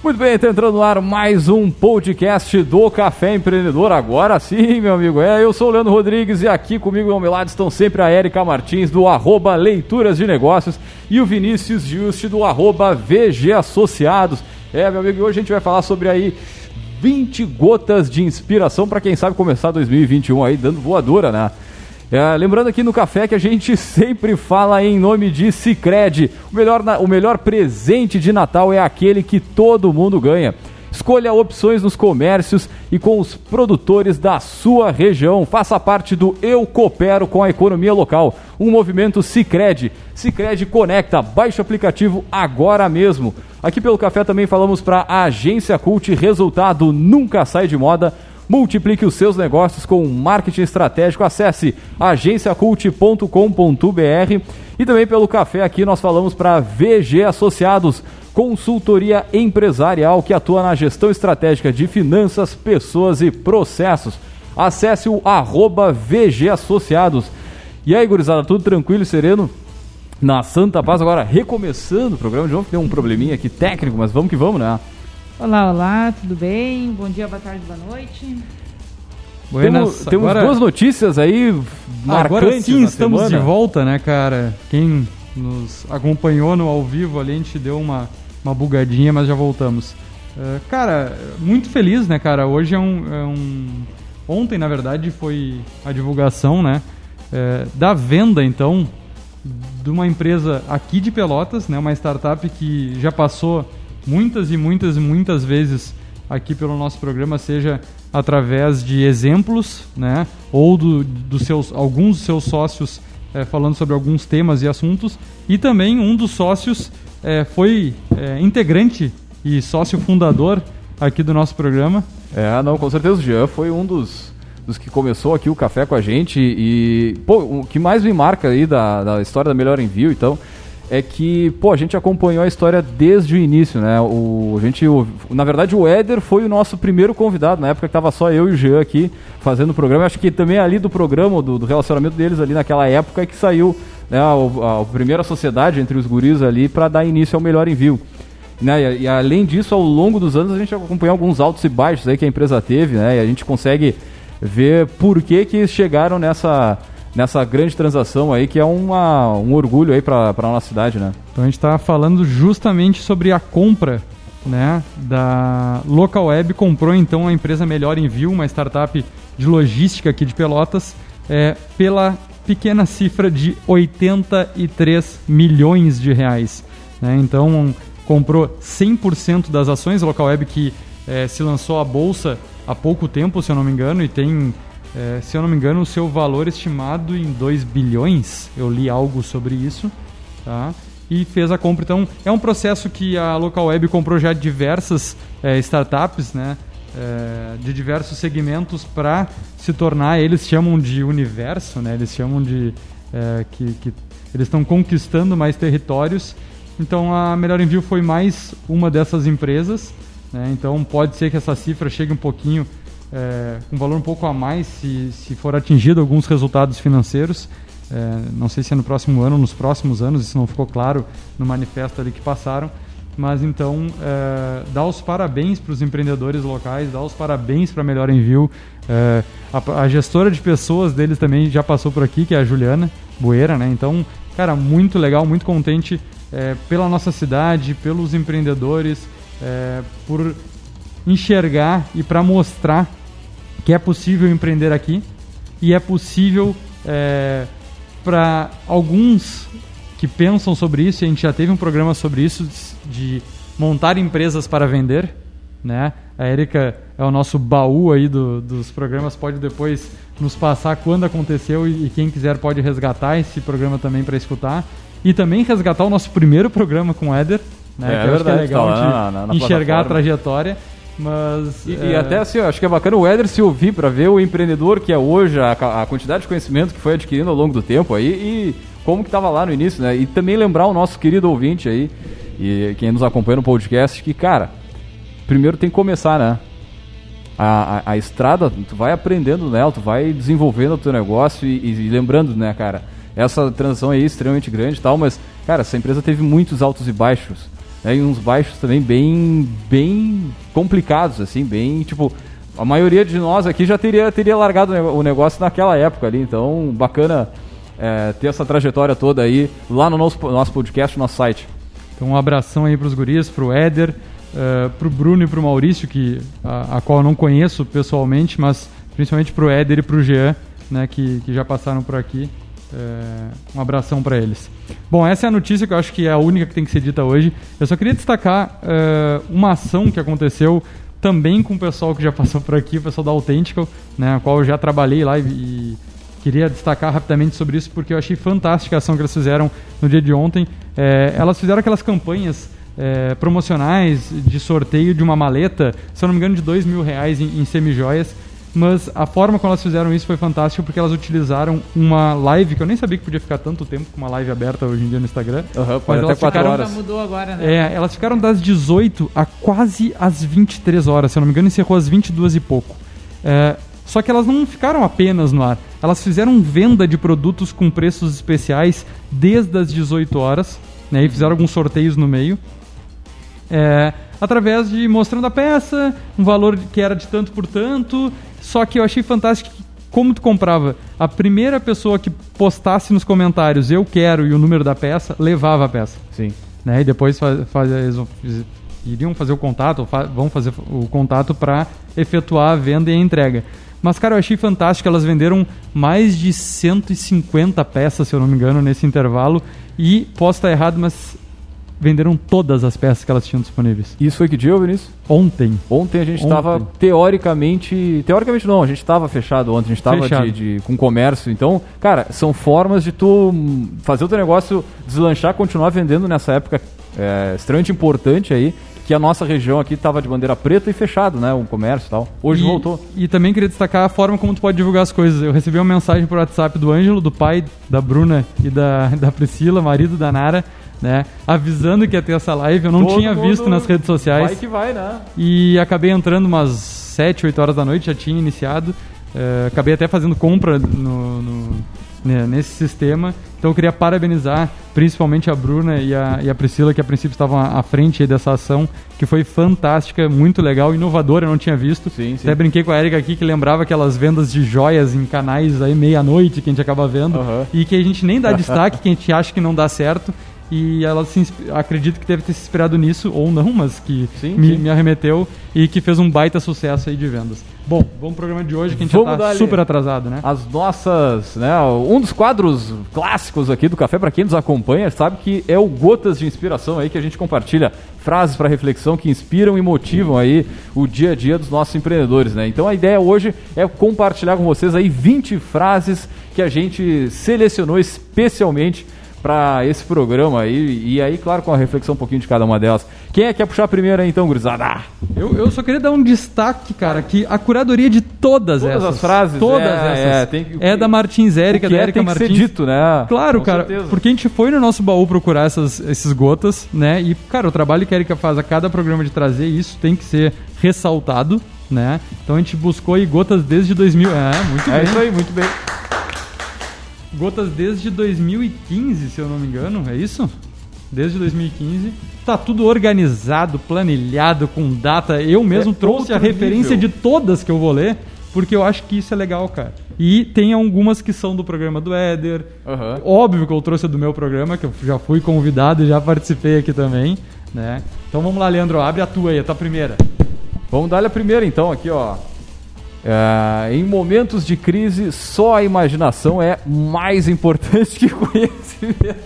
Muito bem, tá entrando no ar mais um podcast do Café Empreendedor. Agora sim, meu amigo. Eu sou o Leandro Rodrigues e aqui comigo ao meu lado estão sempre a Érica Martins, do @Leituras de Negócios, e o Vinícius Juste, do @VG Associados. Meu amigo, e hoje a gente vai falar sobre aí 20 gotas de inspiração para quem sabe começar 2021 aí dando voadora, né? Lembrando aqui no Café que a gente sempre fala em nome de Sicredi. O melhor presente de Natal é aquele que todo mundo ganha. Escolha opções nos comércios e com os produtores da sua região. Faça parte do Eu Coopero com a Economia Local. Um movimento Sicredi. Sicredi conecta. Baixe o aplicativo agora mesmo. Aqui pelo Café também falamos para a Agência Cult. Resultado nunca sai de moda. Multiplique os seus negócios com marketing estratégico. Acesse agenciacult.com.br. E também pelo Café aqui nós falamos para VG Associados, consultoria empresarial que atua na gestão estratégica de finanças, pessoas e processos. Acesse o @VG Associados. E aí, gurizada, tudo tranquilo e sereno? Na Santa Paz, agora recomeçando o programa de ontem, tem um probleminha aqui técnico, mas vamos que vamos, né? Olá, tudo bem? Bom dia, boa tarde, boa noite. Temos duas notícias aí marcantes. Agora sim estamos semana. De volta, né, cara? Quem nos acompanhou no ao vivo ali, a gente deu uma bugadinha, mas já voltamos. Cara, muito feliz, né, cara? Hoje Ontem, na verdade, foi a divulgação, né, da venda, então, de uma empresa aqui de Pelotas, né, uma startup que já passou muitas vezes aqui pelo nosso programa, seja através de exemplos, né, ou alguns dos seus sócios falando sobre alguns temas e assuntos, e também um dos sócios foi integrante e sócio fundador aqui do nosso programa. Não, com certeza o Jean foi um dos que começou aqui o café com a gente e, o que mais me marca aí da história da Melhor Envio, então, é que, a gente acompanhou a história desde o início, né? Na verdade, o Éder foi o nosso primeiro convidado, na época que estava só eu e o Jean aqui fazendo o programa. Acho que também ali do programa, do relacionamento deles ali naquela época, é que saiu, né, a primeira sociedade entre os guris ali para dar início ao Melhor Envio. Né? E além disso, ao longo dos anos, a gente acompanhou alguns altos e baixos aí que a empresa teve, né? E a gente consegue ver por que chegaram nessa grande transação aí, que é um orgulho aí para a nossa cidade, né? Então a gente está falando justamente sobre a compra, né, da Local Web. Comprou então a empresa Melhor Envio, uma startup de logística aqui de Pelotas, pela pequena cifra de 83 milhões de reais. Né? Então comprou 100% das ações. A Local Web que se lançou à bolsa há pouco tempo, se eu não me engano, e tem... se eu não me engano, o seu valor estimado em 2 bilhões, eu li algo sobre isso, tá? E fez a compra. Então, é um processo que a Local Web comprou já diversas startups, né? De diversos segmentos para se tornar, eles chamam de universo, né? Eles chamam de que eles estão conquistando mais territórios. Então, a Melhor Envio foi mais uma dessas empresas, né? Então, pode ser que essa cifra chegue um pouquinho... com um valor um pouco a mais se for atingido alguns resultados financeiros. Não sei se é no próximo ano ou nos próximos anos, isso não ficou claro no manifesto ali que passaram, mas então dá os parabéns para os empreendedores locais, dá os parabéns para a Melhor Envio. A gestora de pessoas deles também já passou por aqui, que é a Juliana Bueira, né? Então, cara, muito legal, muito contente pela nossa cidade, pelos empreendedores, por enxergar e para mostrar que é possível empreender aqui e é possível para alguns que pensam sobre isso. A gente já teve um programa sobre isso, de montar empresas para vender, né? A Érica é o nosso baú aí dos programas, pode depois nos passar quando aconteceu e quem quiser pode resgatar esse programa também para escutar e também resgatar o nosso primeiro programa com o Éder, né? Que verdade, é legal na enxergar a trajetória. Mas, e até assim, eu acho que é bacana o Éder se ouvir para ver o empreendedor que é hoje, a quantidade de conhecimento que foi adquirindo ao longo do tempo aí e como que estava lá no início, né? E também lembrar o nosso querido ouvinte aí e quem nos acompanha no podcast que, cara, primeiro tem que começar, né? A estrada, tu vai aprendendo nela, tu vai desenvolvendo o teu negócio e lembrando, né, cara, essa transição aí é extremamente grande e tal, mas, cara, essa empresa teve muitos altos e baixos. né, e uns baixos também bem complicados, assim, bem, tipo, a maioria de nós aqui já teria largado o negócio naquela época ali, então bacana ter essa trajetória toda aí lá no nosso podcast, no nosso site. Então um abração aí pros guris, pro Éder, pro Bruno e pro Maurício, a qual eu não conheço pessoalmente, mas principalmente pro Éder e pro Jean, né, que já passaram por aqui. Um abração para eles. Bom, essa é a notícia que eu acho que é a única que tem que ser dita hoje. Eu só queria destacar uma ação que aconteceu também com o pessoal que já passou por aqui, o pessoal da Authentical, né, a qual eu já trabalhei lá e queria destacar rapidamente sobre isso porque eu achei fantástica a ação que elas fizeram no dia de ontem. Elas fizeram aquelas campanhas promocionais de sorteio de uma maleta, se eu não me engano, de R$2.000 em semijoias. Mas a forma como elas fizeram isso foi fantástica porque elas utilizaram uma live, que eu nem sabia que podia ficar tanto tempo com uma live aberta hoje em dia no Instagram. Mas até 4 horas. Já mudou agora, né? Elas ficaram das 18 a quase às 23 horas, se eu não me engano, encerrou às 22 e pouco. Só que elas não ficaram apenas no ar. Elas fizeram venda de produtos com preços especiais desde as 18 horas, né, e fizeram alguns sorteios no meio. Através de mostrando a peça, um valor que era de tanto por tanto. Só que eu achei fantástico que, como tu comprava, a primeira pessoa que postasse nos comentários eu quero e o número da peça, levava a peça. Sim. Né? E depois iriam fazer o contato, vão fazer o contato para efetuar a venda e a entrega. Mas, cara, eu achei fantástico. Elas venderam mais de 150 peças, se eu não me engano, nesse intervalo. E, posso estar errado, mas venderam todas as peças que elas tinham disponíveis. Isso foi que dia, Vinícius? Ontem. Ontem a gente estava teoricamente não, a gente estava fechado ontem, a gente estava com comércio. Então, cara, são formas de tu fazer o teu negócio deslanchar, continuar vendendo nessa época extremamente importante aí, que a nossa região aqui estava de bandeira preta e fechado, né, o comércio e tal. Hoje voltou. E também queria destacar a forma como tu pode divulgar as coisas. Eu recebi uma mensagem por WhatsApp do Ângelo, do pai da Bruna e da Priscila, marido da Nara, né, avisando que ia ter essa live. Eu não tinha visto nas redes sociais. Vai que vai, né? E acabei entrando umas 7, 8 horas da noite, já tinha iniciado. Acabei até fazendo compra nesse sistema. Então eu queria parabenizar principalmente a Bruna e a Priscila, que a princípio estavam à frente aí dessa ação, que foi fantástica, muito legal, inovadora, eu não tinha visto. Sim. Até brinquei com a Erika aqui, que lembrava aquelas vendas de joias em canais aí meia-noite que a gente acaba vendo, e que a gente nem dá destaque, que a gente acha que não dá certo. E ela acredito que deve ter se inspirado nisso, ou não, mas que me arremeteu e que fez um baita sucesso aí de vendas. Bom, vamos pro programa de hoje, que a gente já tá super atrasado, né? As nossas, né, um dos quadros clássicos aqui do Café, para quem nos acompanha, sabe que é o Gotas de Inspiração aí, que a gente compartilha frases para reflexão que inspiram e motivam aí o dia a dia dos nossos empreendedores, né? Então a ideia hoje é compartilhar com vocês aí 20 frases que a gente selecionou especialmente para esse programa aí, e aí, claro, com a reflexão um pouquinho de cada uma delas. Quem é que quer puxar a primeira aí, então, gurizada? Eu só queria dar um destaque, cara, que a curadoria de todas as frases, é da Martins Érica, da Érica Martins. Tem que ser dito, né? Claro, com cara, certeza. Porque a gente foi no nosso baú procurar esses gotas, né? E, cara, o trabalho que a Érica faz a cada programa de trazer isso tem que ser ressaltado, né? Então a gente buscou aí gotas desde 2000. Muito bem. É isso aí, muito bem. Gotas desde 2015, se eu não me engano, é isso? Desde 2015. Tá tudo organizado, planilhado, com data. Eu mesmo trouxe a referência de todas que eu vou ler, porque eu acho que isso é legal, cara. E tem algumas que são do programa do Éder. Óbvio que eu trouxe a do meu programa, que eu já fui convidado e já participei aqui também, né? Então vamos lá, Leandro, abre a tua aí, a tua primeira. Vamos dar-lhe a primeira então, aqui, ó. Em momentos de crise, só a imaginação é mais importante que o conhecimento.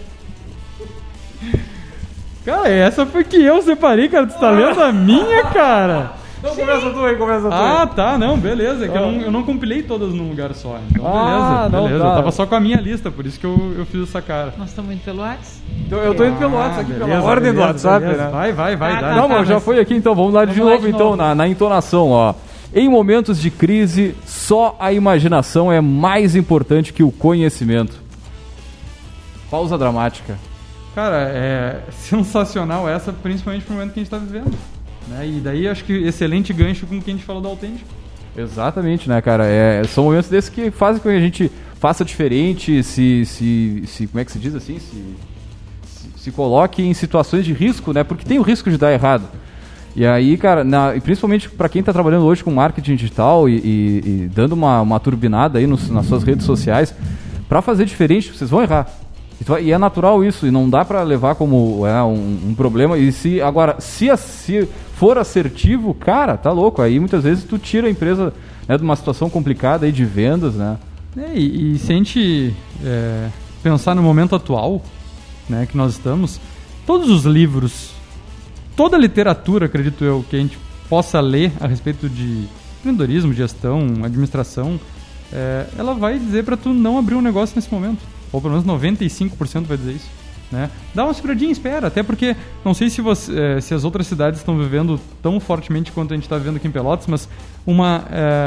Cara, essa foi que eu separei, cara. Tu tá lendo a minha, cara? Não, começa tu aí. Tá, não, beleza. É que eu não compilei todas num lugar só. Então, beleza. Tá. Eu tava só com a minha lista, por isso que eu fiz essa cara. Nós estamos indo pelo WhatsApp? Então, eu tô indo pelo WhatsApp aqui, pela ordem do WhatsApp, né? Vai. Não, mas já foi aqui, então vamos lá de novo, então, na entonação, ó. Em momentos de crise, só a imaginação é mais importante que o conhecimento. Pausa dramática. Cara, é sensacional essa, principalmente pro momento que a gente tá vivendo, né? E daí acho que excelente gancho com o que a gente falou do autêntico. Exatamente, né, cara? São momentos desses que fazem com que a gente faça diferente, como é que se diz assim? se coloque em situações de risco, né? Porque tem o risco de dar errado. E aí, cara, e principalmente para quem está trabalhando hoje com marketing digital e dando uma turbinada aí nas suas redes sociais, para fazer diferente, vocês vão errar. E é natural isso, e não dá para levar como um problema. E se for assertivo, cara, tá louco. Aí muitas vezes tu tira a empresa, né, de uma situação complicada aí de vendas, né? E se a gente pensar no momento atual, né, que nós estamos, todos os livros, toda a literatura, acredito eu, que a gente possa ler a respeito de empreendedorismo, gestão, administração, ela vai dizer para tu não abrir um negócio nesse momento. Ou pelo menos 95% vai dizer isso. Né? Dá uma seguradinha, espera. Até porque, não sei se as outras cidades estão vivendo tão fortemente quanto a gente está vivendo aqui em Pelotas, mas uma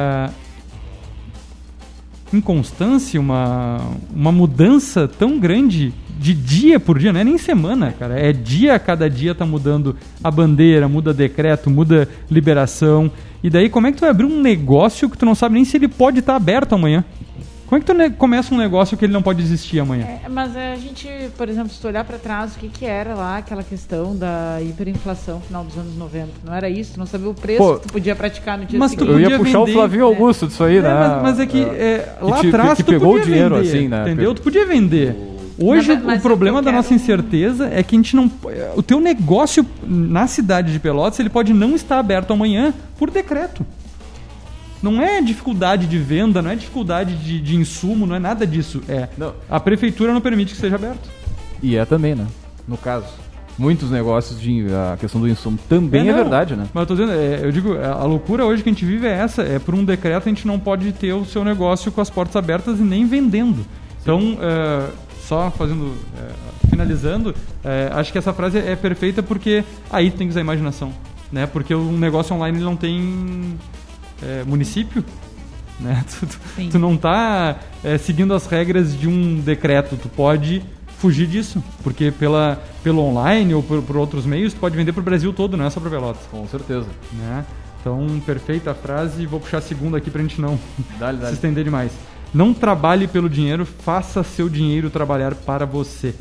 inconstância, uma mudança tão grande de dia por dia, não é nem semana, cara. É dia a cada dia tá mudando a bandeira, muda decreto, muda liberação. E daí como é que tu vai abrir um negócio que tu não sabe nem se ele pode estar aberto amanhã? Como é que tu começa um negócio que ele não pode existir amanhã? Mas a gente, por exemplo, se tu olhar para trás, o que era lá aquela questão da hiperinflação no final dos anos 90? Não era isso? Tu não sabia o preço que tu podia praticar no dia seguinte? Eu ia puxar o Flavinho Augusto disso aí, né? Mas é que lá atrás tu pegou podia o dinheiro vender, assim, né? Entendeu? Tu podia vender. Hoje o problema da nossa incerteza é que a gente não... O teu negócio na cidade de Pelotas, ele pode não estar aberto amanhã por decreto. Não é dificuldade de venda, não é dificuldade de insumo, não é nada disso. A prefeitura não permite que seja aberto. E também, né? No caso, muitos negócios, a questão do insumo também é verdade, né? Mas eu tô dizendo, eu digo, a loucura hoje que a gente vive é essa. Por um decreto a gente não pode ter o seu negócio com as portas abertas e nem vendendo. Sim. Então, só finalizando, acho que essa frase é perfeita porque aí tem que usar a imaginação, né? Porque um negócio online ele não tem... município, né? Tu não está seguindo as regras de um decreto, tu pode fugir disso, porque pelo online ou por outros meios tu pode vender para o Brasil todo, não é só para Pelotas. Com certeza. Né? Então, perfeita a frase, vou puxar a segunda aqui para a gente não se estender demais. Não trabalhe pelo dinheiro, faça seu dinheiro trabalhar para você.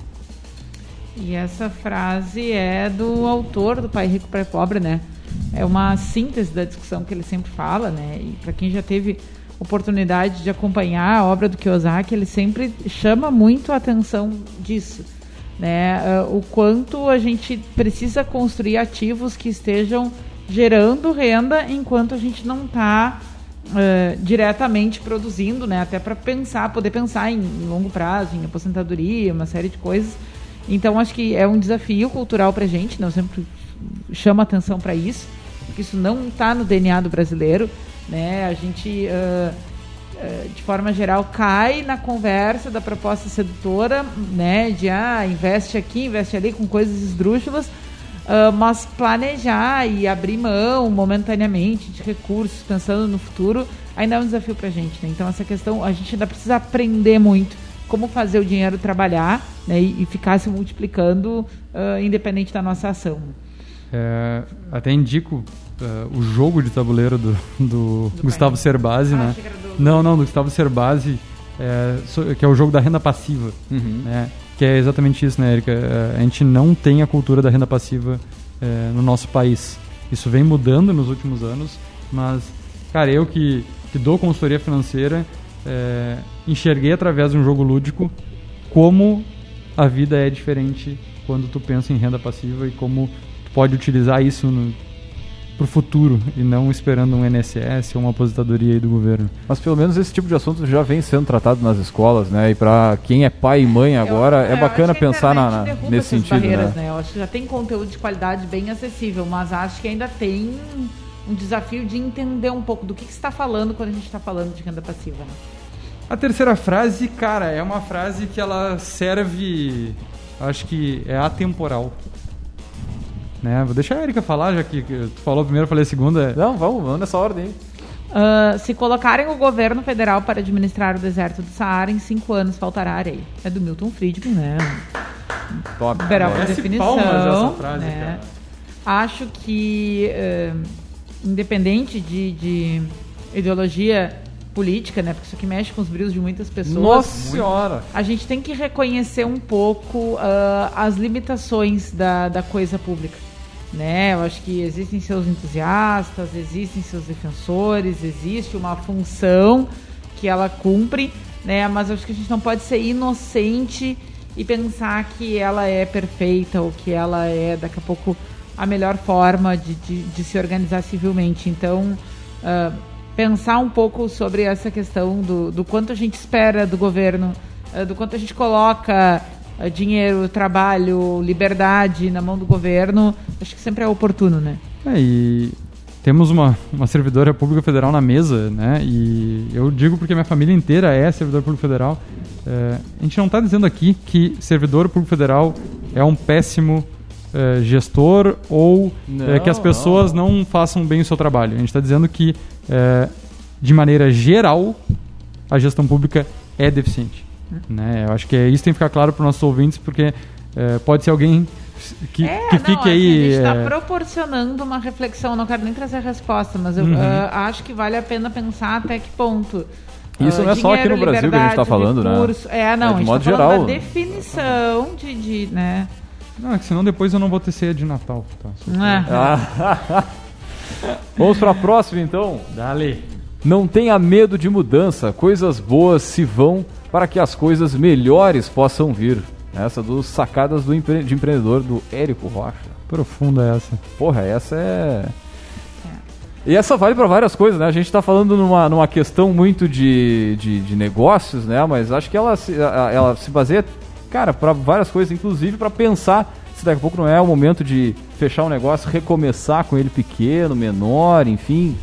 E essa frase é do autor do Pai Rico, Pai Pobre, né? É uma síntese da discussão que ele sempre fala, né? E para quem já teve oportunidade de acompanhar a obra do Kiyosaki, ele sempre chama muito a atenção disso, né? O quanto a gente precisa construir ativos que estejam gerando renda enquanto a gente não está diretamente produzindo, né? Até para poder pensar em longo prazo, em aposentadoria, uma série de coisas. Então, acho que é um desafio cultural para a gente, né? Eu sempre chamo atenção para isso, porque isso não está no DNA do brasileiro, né? A gente, de forma geral, cai na conversa da proposta sedutora, né? De investe aqui, investe ali, com coisas esdrúxulas, mas planejar e abrir mão momentaneamente de recursos, pensando no futuro, ainda é um desafio para a gente, né? Então, essa questão, a gente ainda precisa aprender muito como fazer o dinheiro trabalhar, né? E ficar se multiplicando independente da nossa ação. Até indico o jogo de tabuleiro do Gustavo Cerbasi, né? Não, do Gustavo Cerbasi, que é o jogo da renda passiva, né? Que é exatamente isso, né, Erika? A gente não tem a cultura da renda passiva no nosso país. Isso vem mudando nos últimos anos, mas, cara, eu que dou consultoria financeira, enxerguei através de um jogo lúdico como a vida é diferente quando tu pensa em renda passiva e como tu pode utilizar isso pro futuro e não esperando um INSS ou uma aposentadoria aí do governo. Mas pelo menos esse tipo de assunto já vem sendo tratado nas escolas, né? E para quem é pai e mãe agora, é bacana pensar nesse sentido, né? Eu acho que já tem conteúdo de qualidade bem acessível, mas acho que ainda tem um desafio de entender um pouco do que você está falando quando a gente está falando de renda passiva, né? A terceira frase, cara, é uma frase que ela serve, acho que é atemporal. Né? Vou deixar a Erika falar, já que tu falou primeiro, eu falei a segunda. Não, vamos nessa ordem aí. Se colocarem o governo federal para administrar o deserto do Saara, em 5 anos faltará areia. É do Milton Friedman, né? Top. Liberal por definição. Essa frase, né? Acho que, independente de ideologia política, né? Porque isso aqui mexe com os brios de muitas pessoas. Nossa Senhora! A gente tem que reconhecer um pouco as limitações da coisa pública, né? Eu acho que existem seus entusiastas, existem seus defensores, existe uma função que ela cumpre, né? Mas eu acho que a gente não pode ser inocente e pensar que ela é perfeita ou que ela é, daqui a pouco, a melhor forma de se organizar civilmente. Então, pensar um pouco sobre essa questão do quanto a gente espera do governo, do quanto a gente coloca dinheiro, trabalho, liberdade na mão do governo, acho que sempre é oportuno, né? E temos uma servidora pública federal na mesa, né? E eu digo porque minha família inteira é servidora pública federal. A gente não está dizendo aqui que servidor público federal é um péssimo gestor ou que as pessoas não façam bem o seu trabalho. A gente está dizendo que, de maneira geral, a gestão pública é deficiente. Né? Eu acho que isso tem que ficar claro para os nossos ouvintes, porque pode ser alguém que fique aí... A gente está proporcionando uma reflexão, não quero nem trazer a resposta, mas eu acho que vale a pena pensar até que ponto... Isso não é só aqui no Brasil que a gente está falando, recurso, né? Não, a gente modo está falando geral. da definição né? Não, é que senão depois eu não vou ter ceia de Natal. Tá? Vamos para a próxima, então. Dale. Não tenha medo de mudança, coisas boas se vão para que as coisas melhores possam vir. Essa dos sacadas de empreendedor do Érico Rocha. Profunda essa. Porra, essa é... E essa vale para várias coisas, né? A gente está falando numa questão muito de negócios, né? Mas acho que ela se baseia, cara, para várias coisas, inclusive para pensar se daqui a pouco não é o momento de fechar um negócio, recomeçar com ele pequeno, menor, enfim...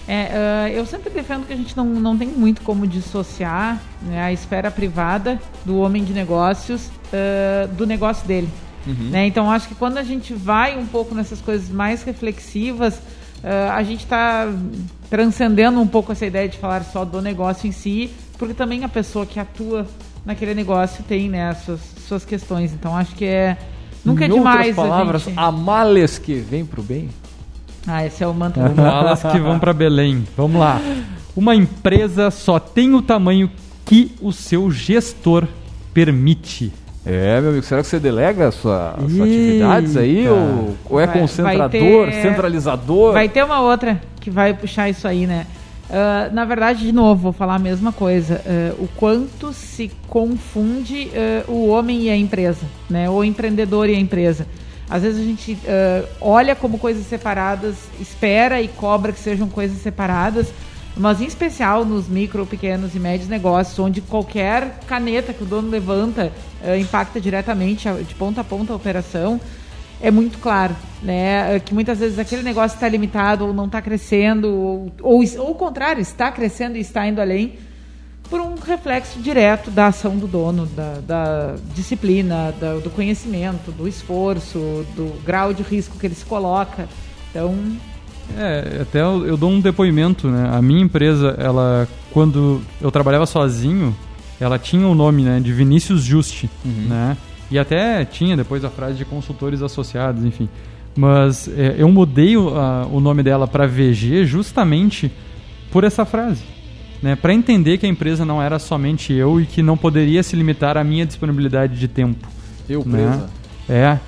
eu sempre defendo que a gente não tem muito como dissociar, né, a esfera privada do homem de negócios do negócio dele. Né? Então, acho que quando a gente vai um pouco nessas coisas mais reflexivas, a gente está transcendendo um pouco essa ideia de falar só do negócio em si, porque também a pessoa que atua naquele negócio tem, né, as suas questões. Então, acho que nunca é demais. Em outras palavras, há males que vêm pro bem. Esse é o mantra. Malas que vão para Belém. Vamos lá. Uma empresa só tem o tamanho que o seu gestor permite. Meu amigo, será que você delega suas atividades aí? Ou é concentrador, centralizador? Vai ter uma outra que vai puxar isso aí, né? Na verdade, de novo, vou falar a mesma coisa. O quanto se confunde o homem e a empresa, né? O empreendedor e a empresa. Às vezes a gente olha como coisas separadas, espera e cobra que sejam coisas separadas, mas em especial nos micro, pequenos e médios negócios, onde qualquer caneta que o dono levanta impacta diretamente de ponta a ponta a operação, é muito claro, né? Que muitas vezes aquele negócio está limitado ou não está crescendo, ou o contrário, está crescendo e está indo além, por um reflexo direto da ação do dono, da disciplina, do conhecimento, do esforço, do grau de risco que ele se coloca. Então... até eu dou um depoimento, né? A minha empresa, quando eu trabalhava sozinho, ela tinha o nome, né, de Vinícius Juste, né? E até tinha depois a frase de consultores associados, enfim. Mas eu mudei o nome dela para VG justamente por essa frase. Né, para entender que a empresa não era somente eu e que não poderia se limitar à minha disponibilidade de tempo. Eu presa. Né?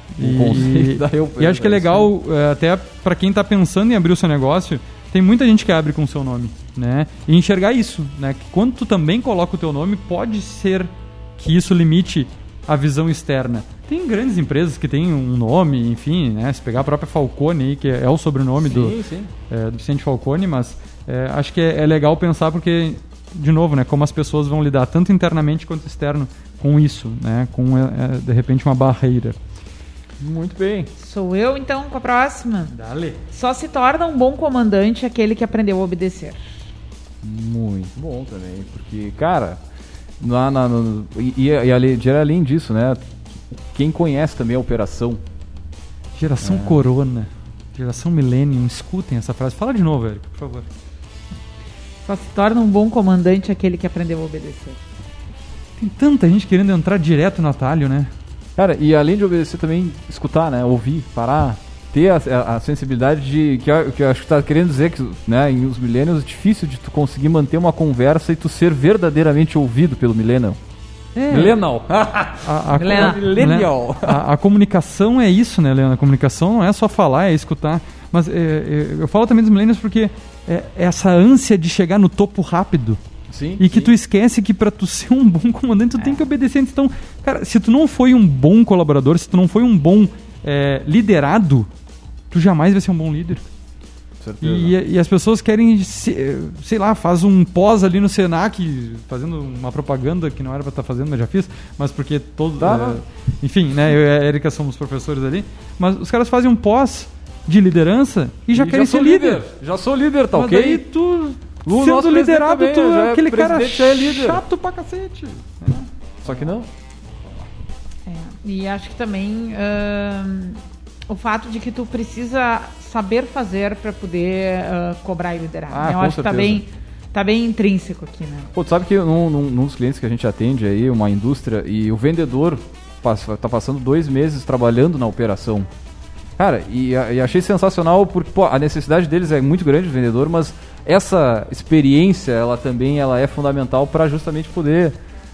E acho que é legal, até para quem está pensando em abrir o seu negócio, tem muita gente que abre com o seu nome, né? E enxergar isso, né? Que quando tu também coloca o teu nome, pode ser que isso limite a visão externa. Tem grandes empresas que têm um nome, enfim, né? Se pegar a própria Falcone, aí, que é o sobrenome do Vicente Falcone, mas acho que é legal pensar porque, de novo, né? Como as pessoas vão lidar tanto internamente quanto externo com isso, né? Com, de repente, uma barreira. Muito bem. Sou eu, então, com a próxima. Dale. Só se torna um bom comandante aquele que aprendeu a obedecer. Muito bom também, porque, cara, além disso, né? Quem conhece também a operação. Geração Corona, geração Millennium, escutem essa frase. Fala de novo, Érico, por favor. Só se torna um bom comandante aquele que aprendeu a obedecer. Tem tanta gente querendo entrar direto no atalho, né? Cara, e além de obedecer também, escutar, né? Ouvir, parar, ter a sensibilidade de... Que eu acho que tá querendo dizer que, né, em os millennials é difícil de tu conseguir manter uma conversa e tu ser verdadeiramente ouvido pelo millennial. Millennial. Millennial. A comunicação é isso, né, Leandro? A comunicação não é só falar, é escutar. Mas eu falo também dos millennials porque é essa ânsia de chegar no topo rápido. Sim, e que tu esquece que pra tu ser um bom comandante, tu tem que obedecer. Então, cara, se tu não foi um bom colaborador, se tu não foi um bom liderado, tu jamais vai ser um bom líder. E as pessoas querem, sei lá, faz um pós ali no Senac, fazendo uma propaganda que não era pra estar fazendo, mas já fiz, mas porque todos... enfim, né, eu e a Erika somos professores ali, mas os caras fazem um pós de liderança e já querem ser líder. Já sou líder, tá mas ok? Daí tu... sendo liderado, tu é aquele cara chato pra cacete. Só que não. E acho que também o fato de que tu precisa saber fazer para poder cobrar e liderar. Eu acho que tá bem intrínseco aqui, né? Pô, tu sabe que num dos clientes que a gente atende aí, uma indústria, e o vendedor tá passando 2 meses trabalhando na operação. Cara, e achei sensacional porque, pô, a necessidade deles é muito grande, o vendedor, mas essa experiência, ela também é fundamental para justamente poder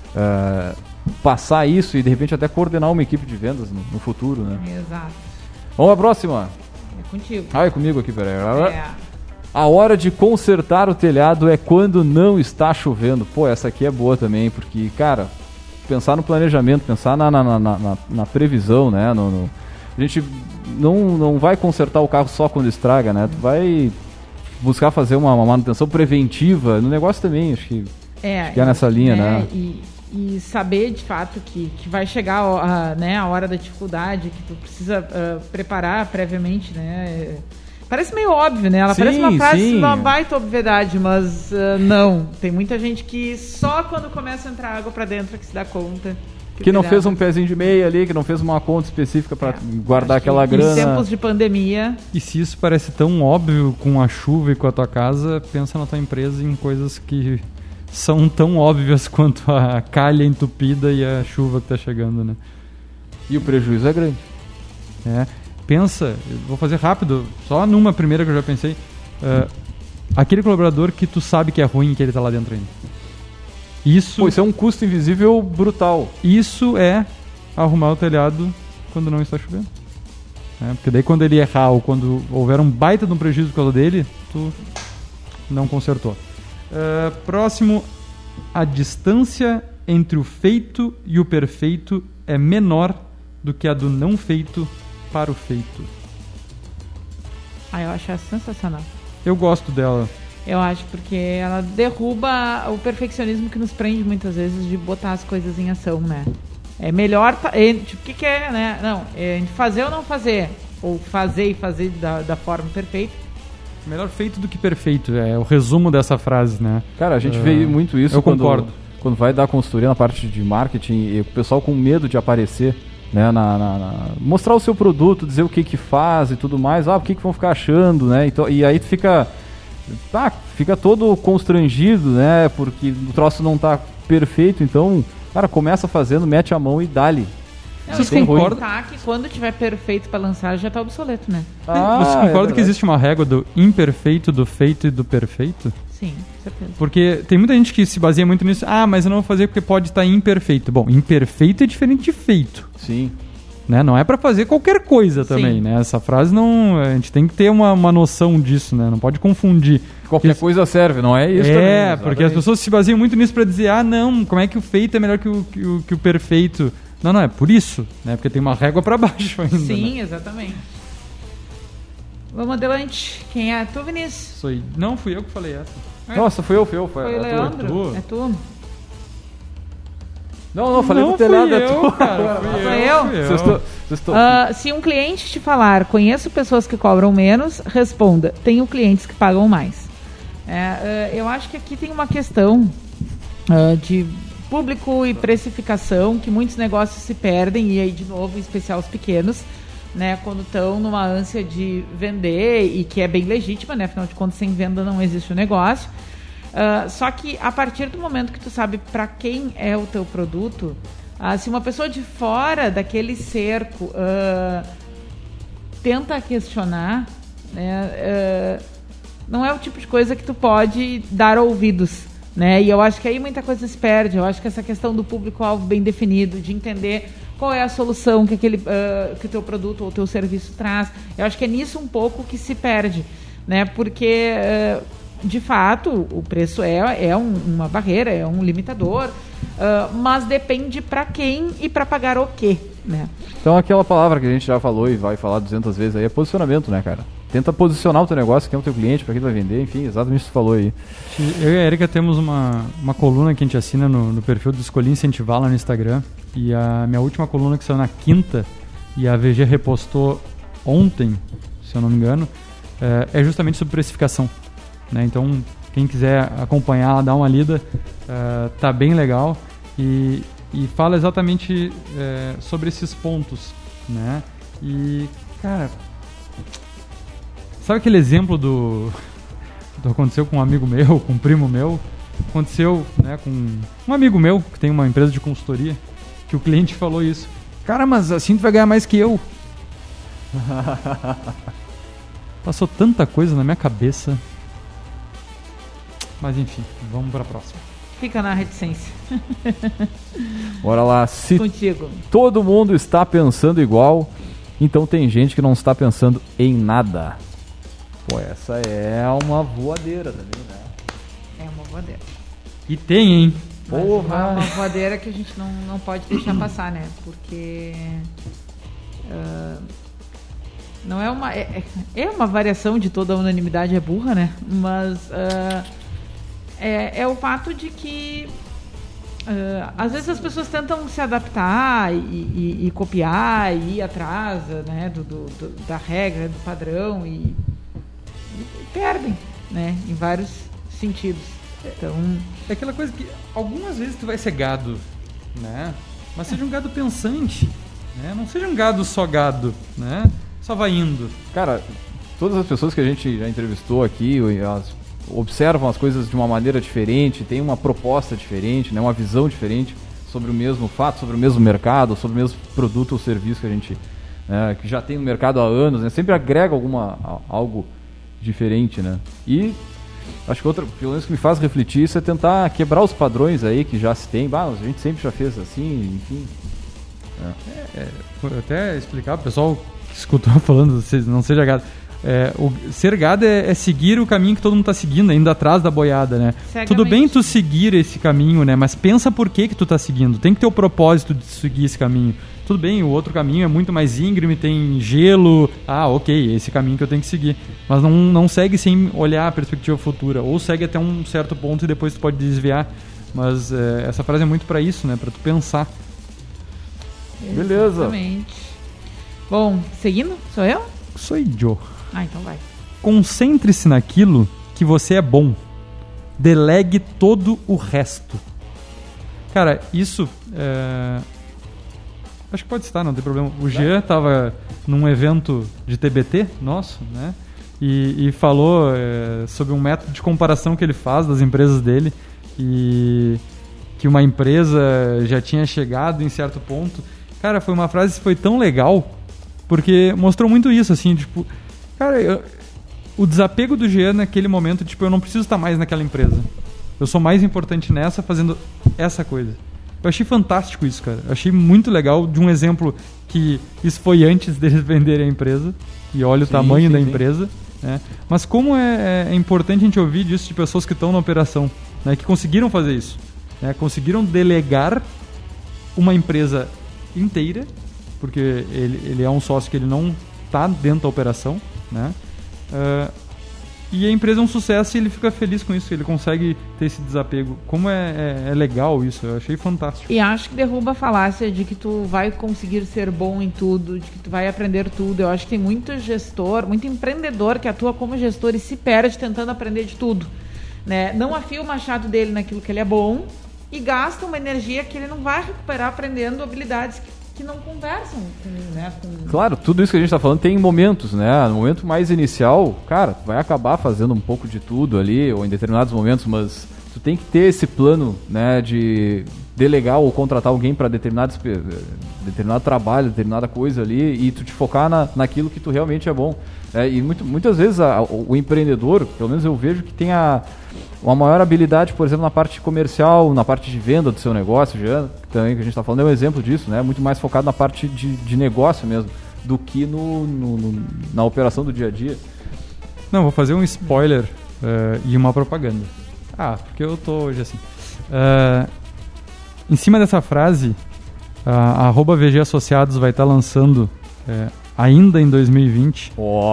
passar isso e, de repente, até coordenar uma equipe de vendas no futuro, né? Exato. Vamos à próxima. É contigo. É comigo aqui, peraí. A hora de consertar o telhado é quando não está chovendo. Pô, essa aqui é boa também, porque, cara, pensar no planejamento, pensar na previsão, né? A gente não vai consertar o carro só quando estraga, né? Tu vai buscar fazer uma manutenção preventiva no negócio também, acho que é nessa linha, né? E saber de fato que vai chegar a hora da dificuldade, que tu precisa preparar previamente, né? Parece meio óbvio, né? Ela parece uma frase, uma baita obviedade, mas não. Tem muita gente que só quando começa a entrar água pra dentro que se dá conta. Que não fez um pezinho de meia ali, que não fez uma conta específica para guardar aquela grana. Em tempos de pandemia. E se isso parece tão óbvio com a chuva e com a tua casa, pensa na tua empresa em coisas que são tão óbvias quanto a calha entupida e a chuva que tá chegando, né? E o prejuízo é grande. Pensa, eu vou fazer rápido, só numa primeira que eu já pensei. Aquele colaborador que tu sabe que é ruim, que ele tá lá dentro ainda. Isso é um custo invisível brutal. Isso é arrumar o telhado quando não está chovendo. Porque daí quando ele errar ou quando houver um baita de um prejuízo por causa dele, tu não consertou. Próximo, a distância entre o feito e o perfeito é menor do que a do não feito para o feito. Eu acho essa sensacional. Eu gosto dela. Eu acho porque ela derruba o perfeccionismo que nos prende muitas vezes de botar as coisas em ação, né? É melhor... Tipo, o que é, né? Não, é fazer ou não fazer. Ou fazer e fazer da forma perfeita. Melhor feito do que perfeito. É o resumo dessa frase, né? Cara, a gente vê muito isso. Eu concordo. Quando vai dar consultoria na parte de marketing e o pessoal com medo de aparecer, né? Mostrar o seu produto, dizer o que faz e tudo mais. O que vão ficar achando, né? Então, e aí tu fica todo constrangido, né? Porque o troço não tá perfeito, então, cara, começa fazendo, mete a mão e dá-lhe. Vocês concordam que quando tiver perfeito para lançar já tá obsoleto, né? Você concorda que existe uma régua do imperfeito, do feito e do perfeito? Sim, certeza. Porque tem muita gente que se baseia muito nisso. Mas eu não vou fazer porque pode estar imperfeito. Bom, imperfeito é diferente de feito. Sim. Né? Não é para fazer qualquer coisa também, né? Essa frase não... A gente tem que ter uma noção disso, né? Não pode confundir. Qualquer coisa serve, não é isso também. Porque as pessoas se baseiam muito nisso para dizer, não, como é que o feito é melhor que o perfeito? Não, é por isso, né? Porque tem uma régua para baixo ainda. Sim, né? Exatamente. Vamos adiante. Quem é? Tu, Vinícius? Não, fui eu que falei essa. Nossa, foi eu. Foi o Leandro? É tu? Não, falei do telhado. É tu, cara. Fui eu. Se um cliente te falar, conheço pessoas que cobram menos, responda, tenho clientes que pagam mais. Eu acho que aqui tem uma questão de público e precificação, que muitos negócios se perdem, e aí, de novo, em especial os pequenos, né, quando estão numa ânsia de vender, e que é bem legítima, né, afinal de contas, sem venda não existe o negócio. Só que a partir do momento que tu sabe para quem é o teu produto, se uma pessoa de fora daquele cerco tenta questionar, né, não é o tipo de coisa que tu pode dar ouvidos, né? E eu acho que aí muita coisa se perde. Eu acho que essa questão do público-alvo bem definido, de entender qual é a solução que que o teu produto ou o teu serviço traz, eu acho que é nisso um pouco que se perde, né? Porque de fato o preço é uma barreira, é um limitador, mas depende para quem e para pagar o quê, né? Então aquela palavra que a gente já falou e vai falar 200 vezes aí é posicionamento, né, cara? Tenta posicionar o teu negócio, quem é o teu cliente, para quem tu vai vender, enfim, exatamente o que tu falou aí. Eu e a Erika temos uma coluna que a gente assina no perfil do Escolhi Incentivar lá no Instagram. E a minha última coluna, que saiu na quinta, e a VG repostou ontem, se eu não me engano, é justamente sobre precificação, né? Então, quem quiser acompanhar, dá uma lida, tá bem legal. E fala exatamente sobre esses pontos, né? E, cara... Sabe aquele exemplo do aconteceu com um amigo meu, com um primo meu? Aconteceu, né, com um amigo meu que tem uma empresa de consultoria, que o cliente falou isso. Cara, mas assim tu vai ganhar mais que eu. Passou tanta coisa na minha cabeça. Mas enfim, vamos para a próxima. Fica na reticência. Bora lá. Se Contigo. todo mundo está pensando igual, então tem gente que não está pensando em nada. Pô, essa é uma voadeira também, né? É uma voadeira. E tem, hein? Porra! É uma voadeira que a gente não pode deixar passar, né? Porque não é uma... É uma variação de toda a unanimidade é burra, né? Mas é o fato de que às vezes as pessoas tentam se adaptar e copiar e ir atrás, né, da regra, do padrão e perdem, né, em vários sentidos. Então, é aquela coisa que algumas vezes tu vai ser gado, né? Mas seja um gado pensante, né? Não seja um gado só gado, né? Só vai indo. Cara, todas as pessoas que a gente já entrevistou aqui, elas observam as coisas de uma maneira diferente, tem uma proposta diferente, né? Uma visão diferente sobre o mesmo fato, sobre o mesmo mercado, sobre o mesmo produto ou serviço que a gente que já tem no mercado há anos, né? Sempre agrega algo diferente, né? E acho que outra, pelo menos que me faz refletir, isso é tentar quebrar os padrões aí que já se tem. A gente sempre já fez assim, enfim. Até explicar pro pessoal que escutou falando, não seja gado. Ser gado é seguir o caminho que todo mundo está seguindo, indo atrás da boiada, né? Cegamente. Tudo bem tu seguir esse caminho, né? Mas pensa por que tu tá seguindo. Tem que ter o propósito de seguir esse caminho. Tudo bem, o outro caminho é muito mais íngreme, tem gelo. Ok, esse caminho que eu tenho que seguir. Mas não segue sem olhar a perspectiva futura. Ou segue até um certo ponto e depois tu pode desviar. Mas essa frase é muito para isso, né? Para tu pensar. Beleza. Exatamente. Bom, seguindo? Sou eu? Sou eu. Então vai. Concentre-se naquilo que você é bom. Delegue todo o resto. Cara, isso acho que pode estar, não tem problema. O Jean estava num evento de TBT nosso, né? E falou sobre um método de comparação que ele faz das empresas dele. E que uma empresa já tinha chegado em certo ponto. Cara, foi uma frase que foi tão legal, porque mostrou muito isso, assim, tipo... Cara, o desapego do Jean naquele momento, tipo, eu não preciso estar mais naquela empresa. Eu sou mais importante nessa, fazendo essa coisa. Eu achei fantástico isso, cara. Eu achei muito legal, de um exemplo que isso foi antes deles venderem a empresa. E olha o tamanho da empresa. Né? Mas como é importante a gente ouvir disso de pessoas que estão na operação, né? Que conseguiram fazer isso. Né? Conseguiram delegar uma empresa inteira, porque ele é um sócio que ele não está dentro da operação, né? E a empresa é um sucesso e ele fica feliz com isso, ele consegue ter esse desapego. Como é legal isso, eu achei fantástico. E acho que derruba a falácia de que tu vai conseguir ser bom em tudo, de que tu vai aprender tudo. Eu acho que tem muito gestor, muito empreendedor que atua como gestor e se perde tentando aprender de tudo, né? Não afia o machado dele naquilo que ele é bom e gasta uma energia que ele não vai recuperar aprendendo habilidades que não conversam, né, com... Claro, tudo isso que a gente está falando tem momentos, né? No momento mais inicial, cara, tu vai acabar fazendo um pouco de tudo ali, ou em determinados momentos, mas tu tem que ter esse plano, né, de delegar ou contratar alguém para determinado trabalho, determinada coisa ali, e tu te focar naquilo que tu realmente é bom. E muitas vezes o empreendedor, pelo menos eu vejo que tem uma maior habilidade, por exemplo, na parte comercial, na parte de venda do seu negócio, já, também que a gente está falando é um exemplo disso, né? Muito mais focado na parte de negócio mesmo, do que na operação do dia a dia. Não, vou fazer um spoiler e uma propaganda. Porque eu tô hoje assim. Em cima dessa frase, a @VG Associados vai estar lançando ainda em 2020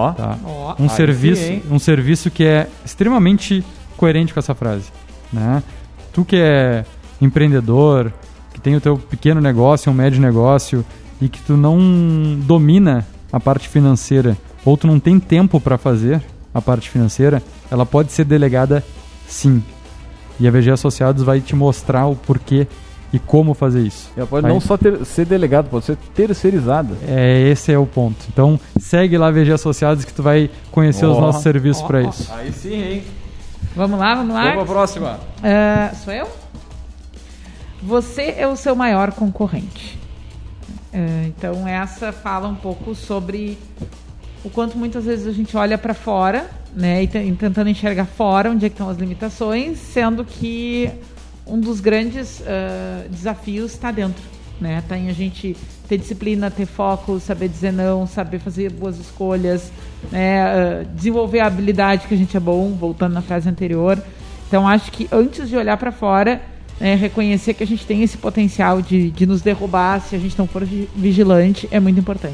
um serviço que é extremamente coerente com essa frase, né? Tu que é empreendedor, que tem o teu pequeno negócio, um médio negócio, e que tu não domina a parte financeira, ou tu não tem tempo para fazer a parte financeira, ela pode ser delegada sim. E a VG Associados vai te mostrar o porquê e como fazer isso. Ela pode não só ser delegado, pode ser terceirizada. Esse é o ponto. Então, segue lá a VG Associados que tu vai conhecer os nossos serviços para isso. Aí sim, hein? Vamos lá. Vamos pra próxima. Sou eu? Você é o seu maior concorrente. Então, essa fala um pouco sobre o quanto muitas vezes a gente olha para fora, né, e tentando enxergar fora onde é que estão as limitações, sendo que um dos grandes desafios está dentro, né? Tá em a gente ter disciplina, ter foco, saber dizer não, saber fazer boas escolhas, né? Desenvolver a habilidade que a gente é bom, voltando na frase anterior. Então, acho que antes de olhar para fora, reconhecer que a gente tem esse potencial de nos derrubar se a gente não for vigilante é muito importante.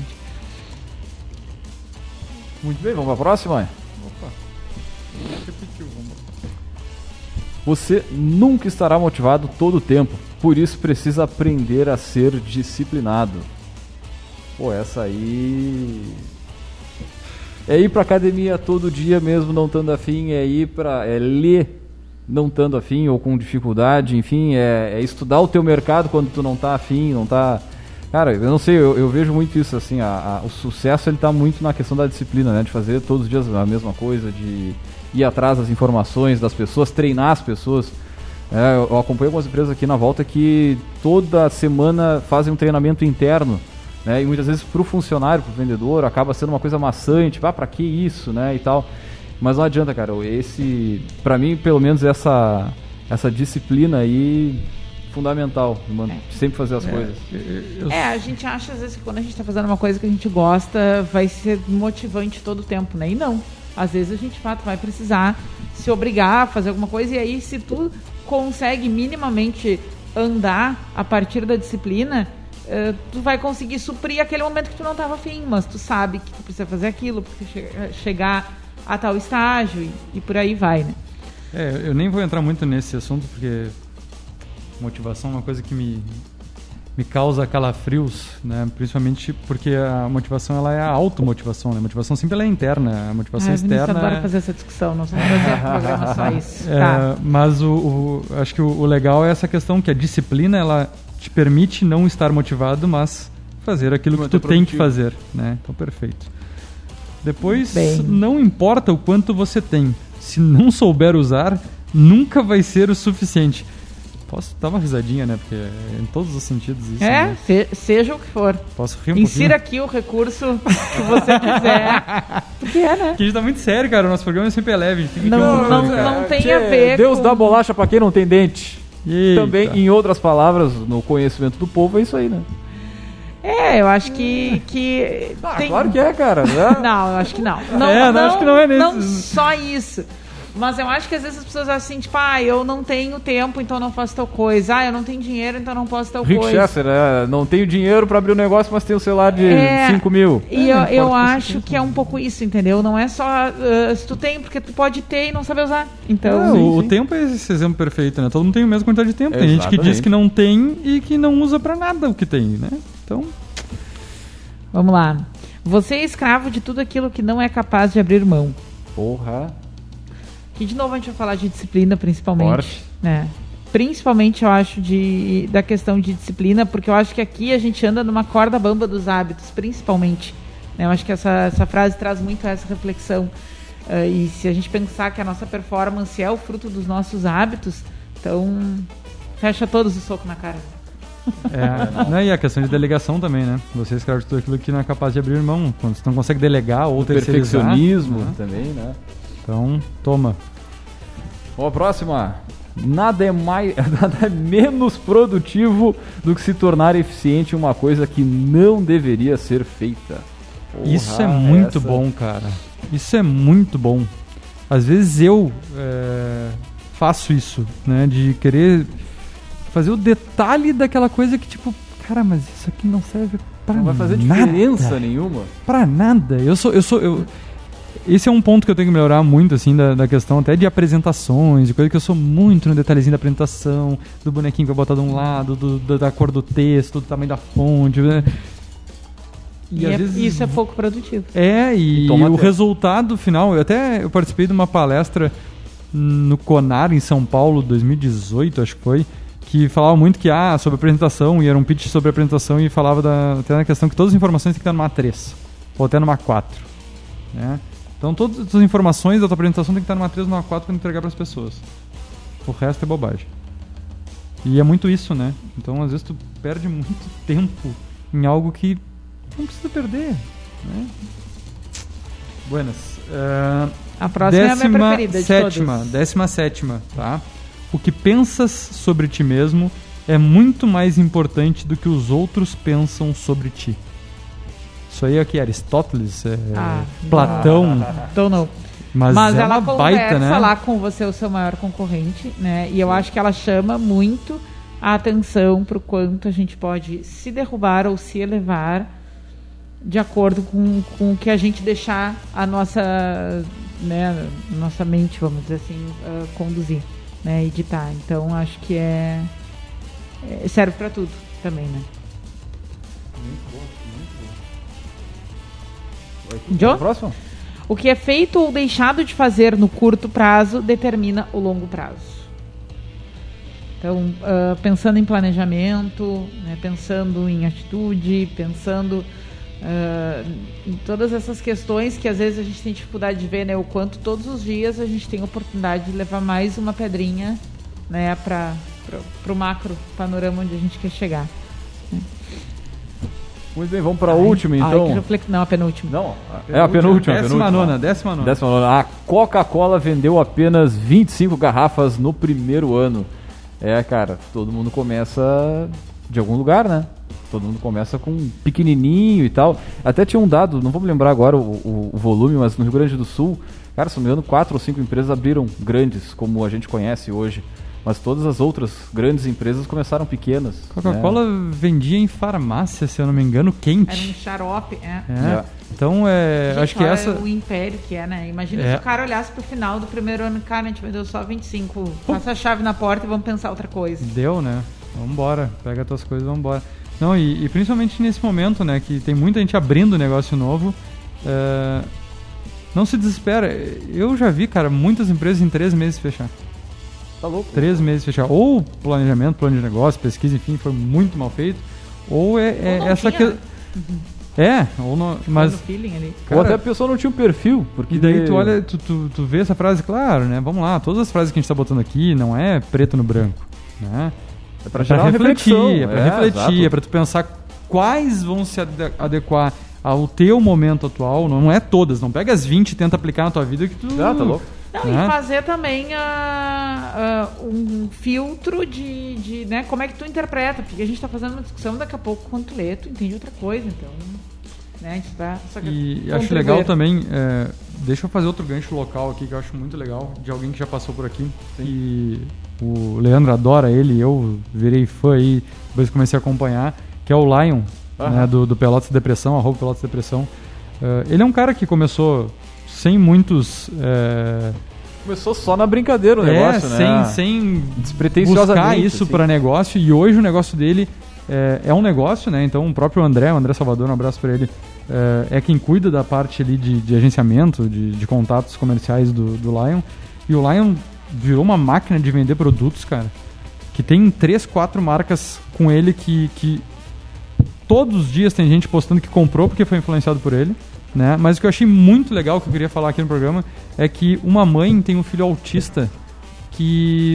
Muito bem, vamos para a próxima? Você nunca estará motivado todo o tempo, por isso precisa aprender a ser disciplinado. Essa aí... É ir pra academia todo dia mesmo não estando afim, é ler não estando afim ou com dificuldade, enfim, é estudar o teu mercado quando tu não tá afim, não tá... Cara, eu não sei, eu vejo muito isso, assim, o sucesso ele tá muito na questão da disciplina, né, de fazer todos os dias a mesma coisa, de ir atrás das informações das pessoas, treinar as pessoas. Eu acompanho algumas empresas aqui na volta que toda semana fazem um treinamento interno, né, e muitas vezes pro funcionário, pro vendedor, acaba sendo uma coisa maçante, pra que isso, né, e tal. Mas não adianta, cara, pra mim, pelo menos, essa disciplina aí, fundamental, sempre fazer as coisas. A gente acha, às vezes, que quando a gente tá fazendo uma coisa que a gente gosta, vai ser motivante todo o tempo, né? E não. Às vezes a gente, de fato, vai precisar se obrigar a fazer alguma coisa, e aí, se tu consegue minimamente andar a partir da disciplina, tu vai conseguir suprir aquele momento que tu não estava afim, mas tu sabe que tu precisa fazer aquilo, porque chegar a tal estágio e por aí vai, né? Eu nem vou entrar muito nesse assunto, porque motivação é uma coisa que me causa calafrios, né? Principalmente porque a motivação ela é a automotivação, né? A motivação sempre ela é interna, a motivação externa... Bora fazer essa discussão, nós vamos fazer um programa só isso. Tá. Mas acho que o legal é essa questão que a disciplina ela te permite não estar motivado, mas fazer aquilo que tu tem que fazer, né? Então, perfeito. Depois, não importa o quanto você tem, se não souber usar, nunca vai ser o suficiente. Posso dar uma risadinha, né? Porque é em todos os sentidos isso. Né? Seja o que for. Posso rir um Insira aqui o recurso que você quiser. Porque né? Porque a gente tá muito sério, cara. O nosso programa é sempre leve. Não tem a ver Deus dá bolacha pra quem não tem dente. Eita. Também, em outras palavras, no conhecimento do povo, é isso aí, né? Eu acho que tem... Claro que é, cara. Não, eu acho que não. Acho que não é nesse. Não só isso. Mas eu acho que às vezes as pessoas assim, tipo, eu não tenho tempo, então não faço tal coisa. Eu não tenho dinheiro, então não posso tal Rick coisa. Chester, não tenho dinheiro pra abrir um negócio, mas tenho um celular de 5 mil. E eu acho que é um pouco isso, entendeu? Não é só se tu tem, porque tu pode ter e não saber usar. Então, o tempo é esse exemplo perfeito, né? Todo mundo tem a mesma quantidade de tempo. Tem gente que diz que não tem e que não usa pra nada o que tem, né? Então... Vamos lá. Você é escravo de tudo aquilo que não é capaz de abrir mão. Porra. Aqui de novo a gente vai falar de disciplina, principalmente. Né? Principalmente eu acho da questão de disciplina, porque eu acho que aqui a gente anda numa corda bamba dos hábitos, principalmente. Né? Eu acho que essa frase traz muito essa reflexão. E se a gente pensar que a nossa performance é o fruto dos nossos hábitos, então fecha todos os socos na cara. Né, e a questão de delegação também, né? Você escreve tudo aquilo que não é capaz de abrir mão. Quando você não consegue delegar ou terceirizar. Perfeccionismo, né? Também, né? Então, toma. Bom, a próxima. Nada é menos produtivo do que se tornar eficiente em uma coisa que não deveria ser feita. Porra, isso é muito bom, cara. Isso é muito bom. Às vezes eu faço isso, né? De querer fazer o detalhe daquela coisa que, tipo, cara, mas isso aqui não serve pra nada. Não vai fazer diferença nenhuma. Pra nada. Esse é um ponto que eu tenho que melhorar muito, assim, da questão até de apresentações, de coisa que eu sou muito no detalhezinho da apresentação, do bonequinho que vai botar de um lado, da cor do texto, do tamanho da fonte, né? E às vezes isso é pouco produtivo. E o resultado final, eu participei de uma palestra no Conar, em São Paulo, 2018, acho que foi, que falava muito que, sobre apresentação, e era um pitch sobre apresentação, e falava até na questão que todas as informações têm que estar numa A3, ou até numa A4, né? Então todas as informações da tua apresentação tem que estar numa A3 ou numa A4 para entregar para as pessoas. O resto é bobagem. E é muito isso, né? Então às vezes tu perde muito tempo em algo que não precisa perder, né? Buenas. A próxima é a minha preferida de todas. 17ª, tá? O que pensas sobre ti mesmo é muito mais importante do que os outros pensam sobre ti. Isso aí é aqui, Aristóteles, Platão. Então não. Mas é ela uma baita, né? lá com você, o seu maior concorrente, né? E eu acho que ela chama muito a atenção para o quanto a gente pode se derrubar ou se elevar de acordo com o que a gente deixar a nossa, né, nossa mente, vamos dizer assim, conduzir, né, e ditar. Então acho que serve para tudo também, né? Muito bom. Joe? Próximo? O que é feito ou deixado de fazer no curto prazo determina o longo prazo. Então, pensando em planejamento, né, pensando em atitude, pensando em todas essas questões que às vezes a gente tem dificuldade de ver, né, o quanto todos os dias a gente tem a oportunidade de levar mais uma pedrinha, né, para o macro panorama onde a gente quer chegar. Muito bem, vamos para a última, então. Não, a penúltima. Não, é a penúltima. 19ª. A Coca-Cola vendeu apenas 25 garrafas no primeiro ano. Cara, todo mundo começa de algum lugar, né? Todo mundo começa com pequenininho e tal. Até tinha um dado, não vou me lembrar agora o volume, mas no Rio Grande do Sul, cara, se não me engano, 4 ou 5 empresas abriram grandes, como a gente conhece hoje. Mas todas as outras grandes empresas começaram pequenas. Coca-Cola vendia em farmácia, se eu não me engano, quente. Era um xarope, Então, gente, acho que essa... o império que né? Imagina se o cara olhasse pro final do primeiro ano, cara, a gente vendeu só 25. Passa a chave na porta e vamos pensar outra coisa. Deu, né? Vambora, pega as tuas coisas e vambora. Não, e principalmente nesse momento, né, que tem muita gente abrindo negócio novo, não se desespera. Eu já vi, cara, muitas empresas em 3 meses fechar. Tá louco? 3 meses fechar. Ou planejamento, plano de negócio, pesquisa, enfim, foi muito mal feito. Ou essa que... ou não... Mas... feeling ali. Cara, ou até a pessoa não tinha um perfil. Porque e daí tu olha, tu vê essa frase, claro, né? Vamos lá, todas as frases que a gente tá botando aqui não é preto no branco, né? É pra refletir, refletir, é pra tu pensar quais vão se adequar ao teu momento atual. Não é todas, não pega as 20 e tenta aplicar na tua vida que tu... tá louco. Não, e fazer também um filtro de né, como é que tu interpreta, porque a gente está fazendo uma discussão, daqui a pouco quando tu lê, tu entende outra coisa, então, né, a gente tá, só que e acho legal também, deixa eu fazer outro gancho local aqui, que eu acho muito legal, de alguém que já passou por aqui. Sim. E o Leandro adora ele, eu virei fã aí, depois comecei a acompanhar, que é o Lion, né, do Pelotas Depressão, @PelotasDepressão. Ele é um cara que começou sem muitos... Começou só na brincadeira o negócio, né? Sem buscar isso para negócio. E hoje o negócio dele é um negócio, né? Então o próprio André Salvador, um abraço para ele, é quem cuida da parte ali de agenciamento, de contatos comerciais do Lion. E o Lion virou uma máquina de vender produtos, cara. Que tem 3, 4 marcas com ele que todos os dias tem gente postando que comprou porque foi influenciado por ele. Né? Mas o que eu achei muito legal, que eu queria falar aqui no programa, é que uma mãe tem um filho autista que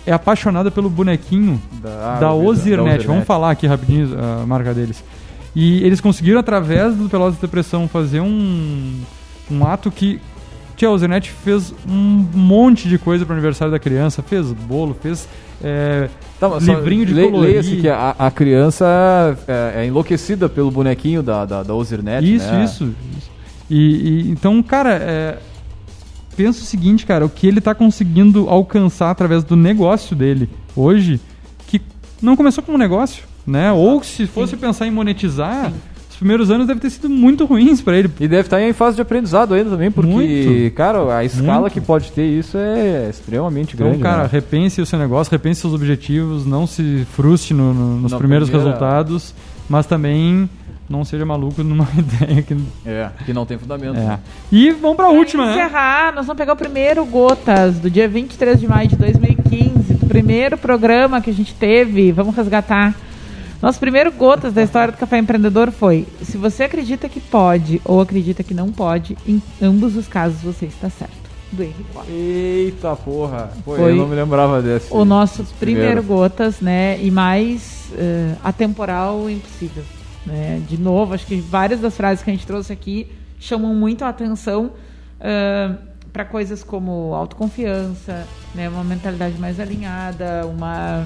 é apaixonada pelo bonequinho da Ozirnet. Vamos falar aqui rapidinho a marca deles. E eles conseguiram, através do Pelotas Depressão, fazer um ato que... Tia, a Ozirnet fez um monte de coisa para o aniversário da criança. Fez bolo, fez livrinho de colorir. Leia-se que a criança é enlouquecida pelo bonequinho da Ozirnet. Isso. E então, cara, pensa o seguinte, cara, o que ele está conseguindo alcançar através do negócio dele hoje, que não começou como negócio, né? Ou se fosse pensar em monetizar... Os primeiros anos devem ter sido muito ruins para ele. E deve estar em fase de aprendizado ainda também, porque, cara, a escala que pode ter isso é extremamente grande. Então, cara, repense o seu negócio, repense seus objetivos, não se frustre nos primeiros resultados, mas também não seja maluco numa ideia que não tem fundamento. Né? E vamos para a última, né? Para encerrar, nós vamos pegar o primeiro Gotas do dia 23 de maio de 2015, do primeiro programa que a gente teve. Vamos resgatar. Nosso primeiro Gotas da história do Café Empreendedor foi: se você acredita que pode ou acredita que não pode, em ambos os casos você está certo. Do Henrique Costa. Eita porra! Foi, eu não me lembrava desse. O nosso primeiro Gotas, né? E mais atemporal impossível. Né? De novo, acho que várias das frases que a gente trouxe aqui chamam muito a atenção para coisas como autoconfiança, né? Uma mentalidade mais alinhada, uma...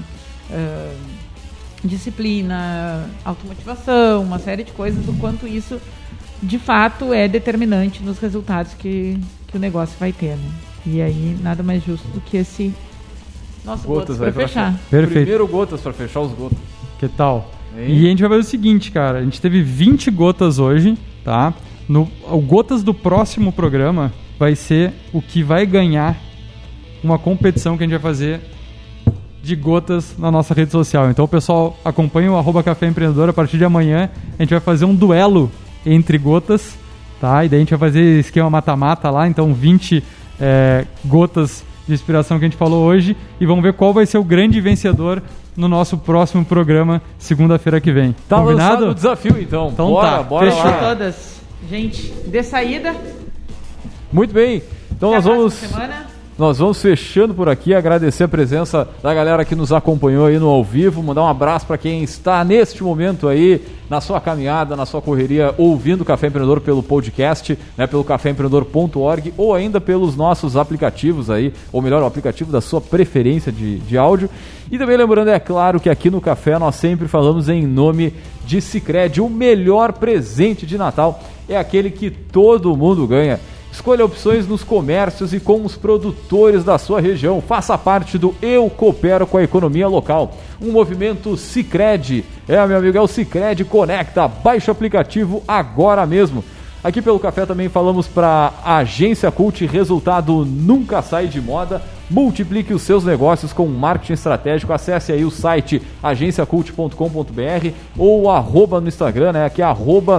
disciplina, automotivação, uma série de coisas, o quanto isso de fato é determinante nos resultados que o negócio vai ter, né? E aí nada mais justo do que esse nosso Gotas para fechar. Perfeito. Primeiro Gotas para fechar os Gotas. Que tal? E a gente vai fazer o seguinte, cara, a gente teve 20 Gotas hoje, tá? O Gotas do próximo programa vai ser o que vai ganhar uma competição que a gente vai fazer de Gotas na nossa rede social. Então o pessoal acompanha o @Café Empreendedor. A partir de amanhã a gente vai fazer um duelo entre Gotas, tá? E daí a gente vai fazer esquema mata-mata lá. Então 20 Gotas de inspiração que a gente falou hoje. E vamos ver qual vai ser o grande vencedor no nosso próximo programa, segunda-feira que vem. Tá combinado? Lançado o desafio, então. Então bora Fechou lá. todas. Gente, de saída. Muito bem. Então nós vamos fechando por aqui, agradecer a presença da galera que nos acompanhou aí no ao vivo, mandar um abraço para quem está neste momento aí, na sua caminhada, na sua correria, ouvindo o Café Empreendedor pelo podcast, né, pelo caféempreendedor.org ou ainda pelos nossos aplicativos aí, ou melhor, o aplicativo da sua preferência de áudio. E também lembrando, é claro, que aqui no Café nós sempre falamos em nome de Sicredi. O melhor presente de Natal é aquele que todo mundo ganha. Escolha opções nos comércios e com os produtores da sua região. Faça parte do Eu Coopero com a Economia Local. Um movimento Sicredi. Meu amigo, é o Sicredi Conecta. Baixe o aplicativo agora mesmo. Aqui pelo Café também falamos para a Agência Cult. Resultado nunca sai de moda. Multiplique os seus negócios com marketing estratégico. Acesse aí o site agenciacult.com.br ou o @ no Instagram, né? Aqui é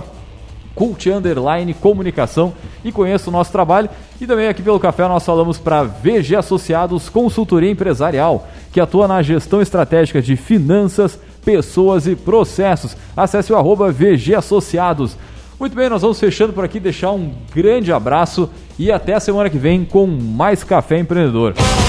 @Cult_comunicação e conheça o nosso trabalho. E também aqui pelo Café nós falamos para VG Associados Consultoria Empresarial, que atua na gestão estratégica de finanças, pessoas e processos. Acesse o @VG Associados. Muito bem, nós vamos fechando por aqui, deixar um grande abraço e até a semana que vem com mais Café Empreendedor.